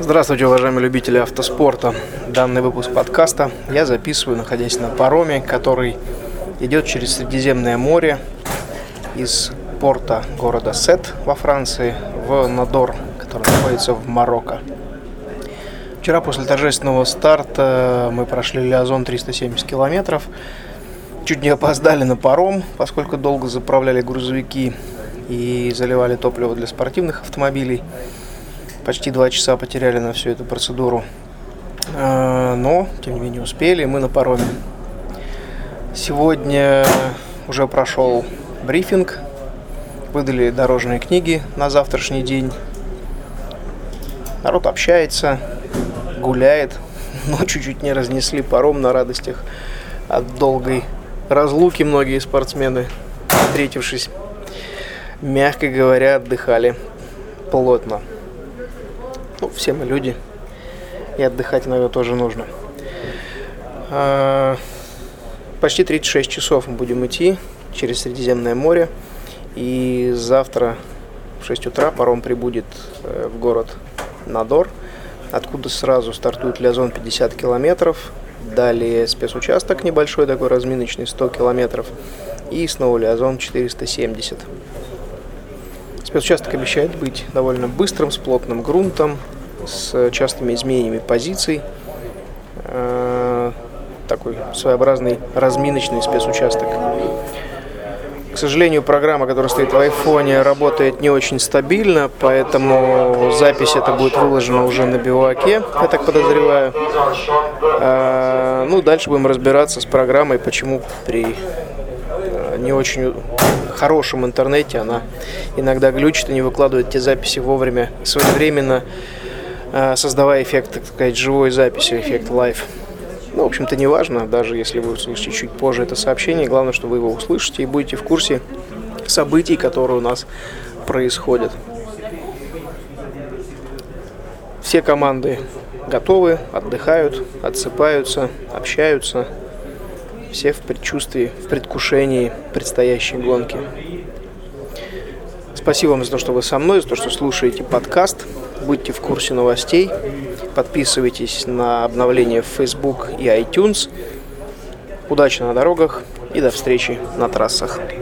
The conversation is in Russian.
Здравствуйте, уважаемые любители автоспорта. Данный выпуск подкаста я записываю, находясь на пароме, который идет через Средиземное море из порта города Сет во Франции в Надор, который находится в Марокко. Вчера после торжественного старта мы прошли Лиазон 370 километров. Чуть не опоздали на паром, поскольку долго заправляли грузовики и заливали топливо для спортивных автомобилей. Почти 2 часа потеряли на всю эту процедуру. Но, тем не менее, успели, мы на пароме. Сегодня уже прошел брифинг. Выдали дорожные книги на завтрашний день. Народ общается, гуляет. Но чуть-чуть не разнесли паром на радостях от долгой разлуки. Многие спортсмены, встретившись, мягко говоря, отдыхали плотно. Все мы люди, и отдыхать иногда тоже нужно. Почти 36 часов мы будем идти через Средиземное море. И завтра в 6 утра паром прибудет в город Надор, откуда сразу стартует Лиазон 50 километров. Далее спецучасток небольшой, такой разминочный, 100 километров. И снова Лиазон 470. Спецучасток обещает быть довольно быстрым, с плотным грунтом, с частыми изменениями позиций. Такой своеобразный разминочный спецучасток. К сожалению, программа, которая стоит в айфоне, работает не очень стабильно, поэтому запись эта будет выложена уже на биваке, я так подозреваю. Дальше будем разбираться с программой, почему при не очень хорошем интернете она иногда глючит и не выкладывает те записи вовремя, своевременно, создавая эффект, так сказать, живой записи, эффект лайв. В общем-то, не важно, даже если вы услышите чуть позже это сообщение, главное, что вы его услышите и будете в курсе событий, которые у нас происходят. Все команды готовы, отдыхают, отсыпаются, общаются. Все в предчувствии, в предвкушении предстоящей гонки. Спасибо вам за то, что вы со мной, за то, что слушаете подкаст. Будьте в курсе новостей. Подписывайтесь на обновления в Facebook и iTunes. Удачи на дорогах и до встречи на трассах.